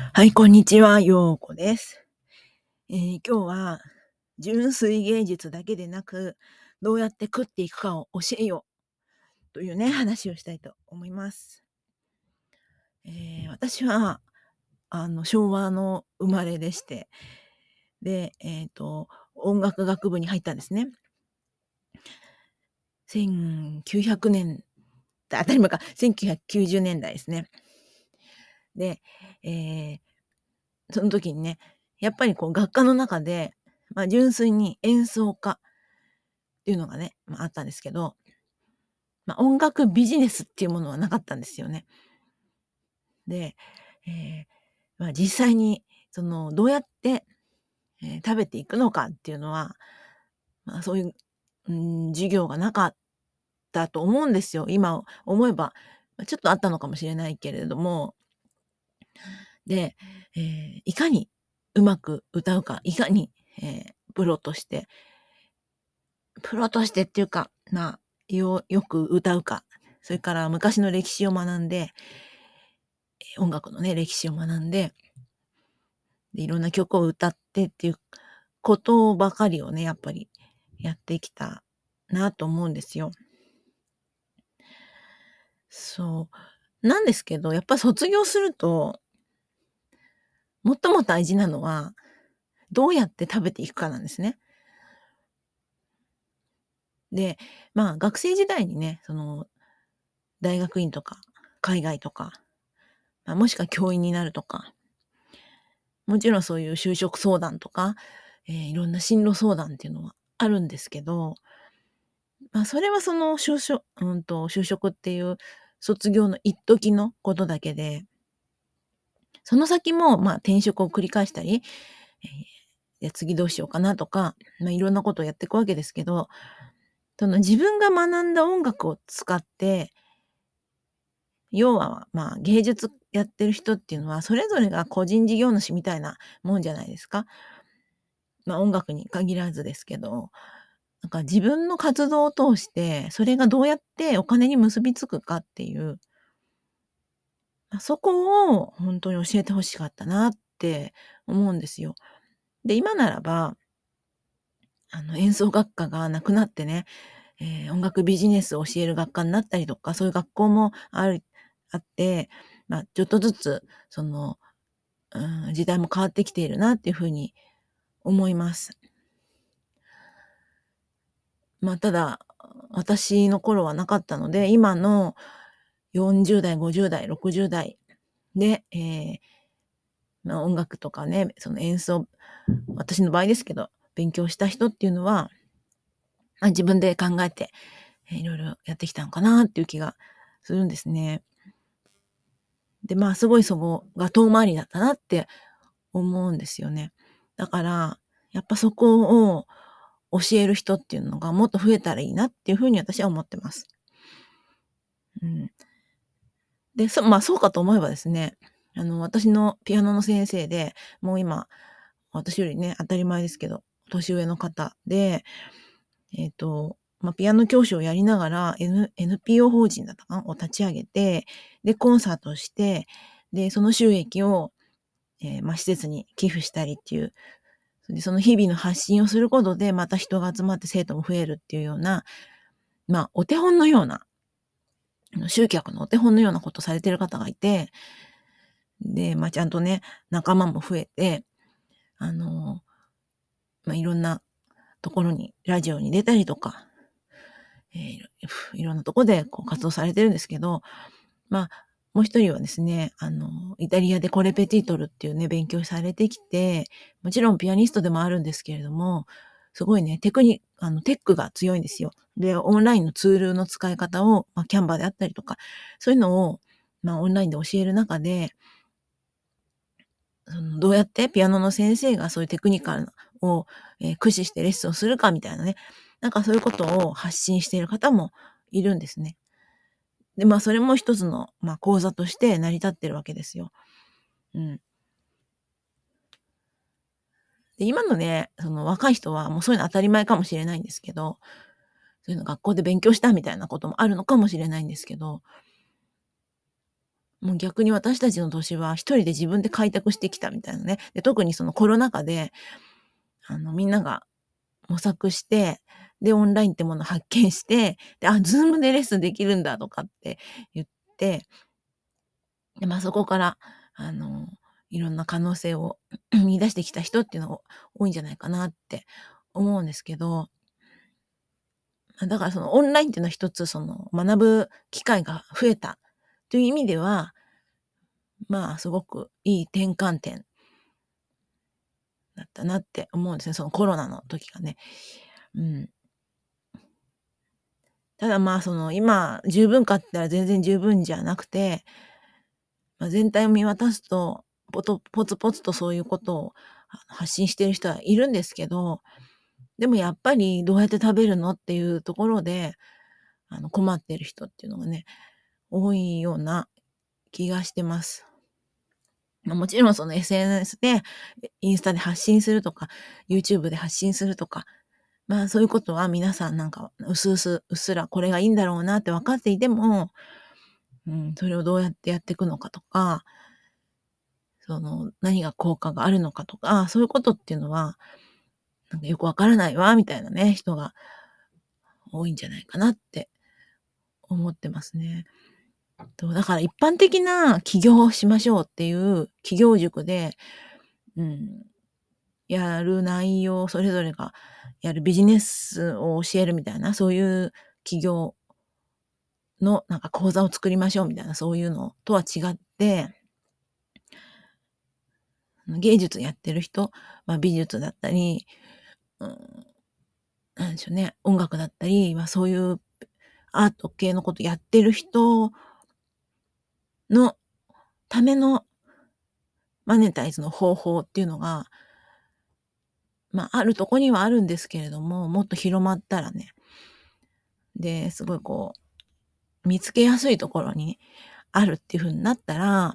はい、こんにちは、ようこです。今日は純粋芸術だけでなく、どうやって食っていくかを教えようというね、話をしたいと思います。私は、昭和の生まれでして、で、音楽学部に入ったんですね。1900年、当たり前か、1990年代ですね。で、えーその時にね、やっぱりこう学科の中で、純粋に演奏家っていうのがね、あったんですけど、音楽ビジネスっていうものはなかったんですよね。で、え実際にどうやって、食べていくのかっていうのは、そういう、授業がなかったと思うんですよ。今思えば、ちょっとあったのかもしれないけれども。で、いかにうまく歌うか、いかに、プロとしてっていうか、よく歌うか、それから昔の歴史を学んで、音楽のね、歴史を学んで、いろんな曲を歌ってっていうことばかりをね、やっぱりやってきたなと思うんですよ。そう。なんですけど、やっぱ卒業すると、最も大事なのは、どうやって食べていくかなんですね。で、学生時代にね、大学院とか、海外とか、もしくは教員になるとか、もちろんそういう就職相談とか、いろんな進路相談っていうのはあるんですけど、それは就職っていう卒業の一時のことだけで、その先も、転職を繰り返したり、次どうしようかなとか、いろんなことをやっていくわけですけど、自分が学んだ音楽を使って、要は、芸術やってる人っていうのは、それぞれが個人事業主みたいなもんじゃないですか。音楽に限らずですけど、なんか自分の活動を通して、それがどうやってお金に結びつくかっていう、そこを本当に教えて欲しかったなって思うんですよ。で、今ならば、演奏学科がなくなってね、音楽ビジネスを教える学科になったりとか、そういう学校もあって、ちょっとずつ、時代も変わってきているなっていう風に思います。ただ、私の頃はなかったので、今の40代、50代、60代で、音楽とかね、その演奏、私の場合ですけど、勉強した人っていうのは、自分で考えて、いろいろやってきたのかなっていう気がするんですね。で、すごいそこが遠回りだったなって思うんですよね。だから、やっぱそこを教える人っていうのがもっと増えたらいいなっていうふうに私は思ってます。うん。で、そうかと思えばですね、私のピアノの先生で、もう今、私よりね、当たり前ですけど、年上の方で、ピアノ教師をやりながら、NPO 法人だったかなを立ち上げて、で、コンサートをして、で、その収益を、施設に寄付したりっていう、で、その日々の発信をすることで、また人が集まって生徒も増えるっていうような、お手本のような、集客のお手本のようなことをされてる方がいて、で、ちゃんとね、仲間も増えて、あの、いろんなところに、ラジオに出たりとか、いろんなとこでこう活動されてるんですけど、もう一人はですね、イタリアでコレペティトルっていうね、勉強されてきて、もちろんピアニストでもあるんですけれども、すごいね、テックが強いんですよ。で、オンラインのツールの使い方を、キャンバーであったりとか、そういうのを、オンラインで教える中で、どうやってピアノの先生がそういうテクニカルを、駆使してレッスンをするかみたいなね、なんかそういうことを発信している方もいるんですね。で、それも一つの、講座として成り立ってるわけですよ。うん。で、今のね、その若い人はもうそういうの当たり前かもしれないんですけど、そういうの学校で勉強したみたいなこともあるのかもしれないんですけど、 もう逆に私たちの年は一人で自分で開拓してきたみたいなね。で、特にそのコロナ禍で、みんなが模索して、で、オンラインってものを発見して、で、ズームでレッスンできるんだとかって言って、で、そこから、あの、いろんな可能性を見出してきた人っていうのが多いんじゃないかなって思うんですけど、だからそのオンラインっていうのは一つその学ぶ機会が増えたという意味では、すごくいい転換点だったなって思うんですね。そのコロナの時がね。うん。ただその今十分かって言ったら全然十分じゃなくて、全体を見渡すと、ポツポツとそういうことを発信してる人はいるんですけど、でもやっぱりどうやって食べるのっていうところで、困っている人っていうのがね、多いような気がしてます。もちろんその SNS で、インスタで発信するとか、YouTube で発信するとか、そういうことは皆さんなんか、うっすらこれがいいんだろうなって分かっていても、それをどうやってやっていくのかとか、何が効果があるのかとか、そういうことっていうのは、なんかよくわからないわ、みたいなね、人が多いんじゃないかなって思ってますね。だから一般的な起業をしましょうっていう企業塾で、うん、やる内容、それぞれがやるビジネスを教えるみたいな、そういう起業のなんか講座を作りましょうみたいな、そういうのとは違って、芸術やってる人、美術だったり、うん、なんでしょうね、音楽だったり、そういうアート系のことやってる人のためのマネタイズの方法っていうのが、あるとこにはあるんですけれども、もっと広まったらね、で、すごい見つけやすいところにあるっていう風になったら、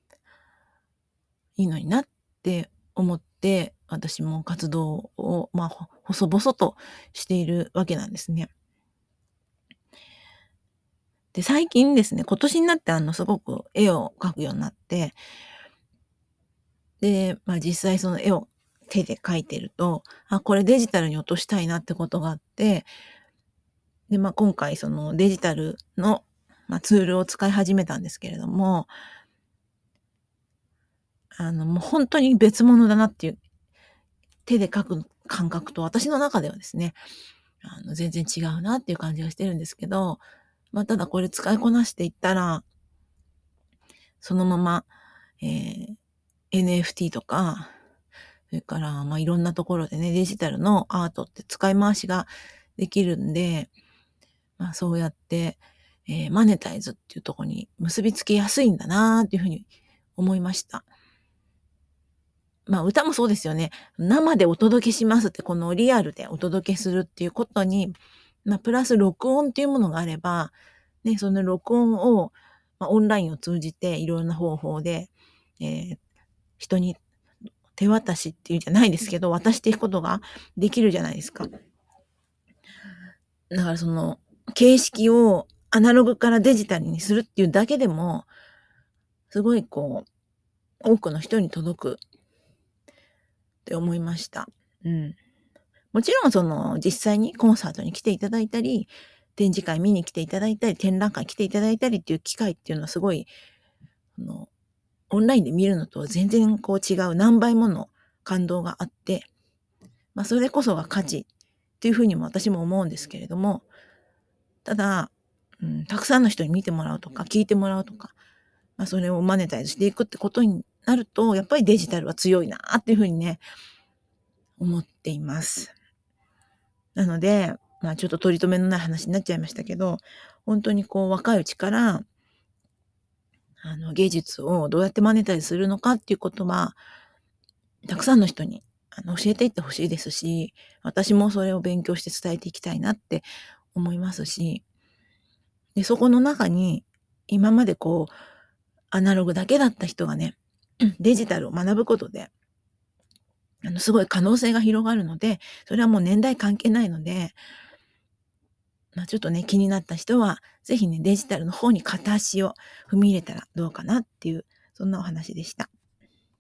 いいのになって思って、私も活動を、細々としているわけなんですね。で、最近ですね、今年になってすごく絵を描くようになって、で、実際その絵を手で描いてると、これデジタルに落としたいなってことがあって、で、今回そのデジタルの、ツールを使い始めたんですけれども、もう本当に別物だなっていう、手で描く感覚と私の中ではですね、全然違うなっていう感じがしてるんですけど、ただこれ使いこなしていったら、そのまま、NFT とか、それから、いろんなところでね、デジタルのアートって使い回しができるんで、そうやって、マネタイズっていうところに結びつけやすいんだなっていうふうに思いました。歌もそうですよね。生でお届けしますって、このリアルでお届けするっていうことに、プラス録音っていうものがあれば、ね、その録音を、オンラインを通じていろんな方法で、えー人に手渡しっていうんじゃないですけど、渡していくことができるじゃないですか。だからその、形式をアナログからデジタルにするっていうだけでも、すごい多くの人に届くって思いました。うん。もちろんその、実際にコンサートに来ていただいたり、展示会見に来ていただいたり、展覧会来ていただいたりっていう機会っていうのはすごい、オンラインで見るのと全然違う何倍もの感動があって、それこそが価値っていうふうにも私も思うんですけれども、ただ、たくさんの人に見てもらうとか、聞いてもらうとか、それをマネタイズしていくってことになると、やっぱりデジタルは強いなっていうふうにね、思っています。なので、ちょっと取り留めのない話になっちゃいましたけど、本当に若いうちから、芸術をどうやってマネタイズするのかっていうことは、たくさんの人に、教えていってほしいですし、私もそれを勉強して伝えていきたいなって思いますし、で、そこの中に、今までアナログだけだった人がね、デジタルを学ぶことで、すごい可能性が広がるので、それはもう年代関係ないので、 ちょっとね、気になった人は、ぜひね、デジタルの方に片足を踏み入れたらどうかなっていう、そんなお話でした。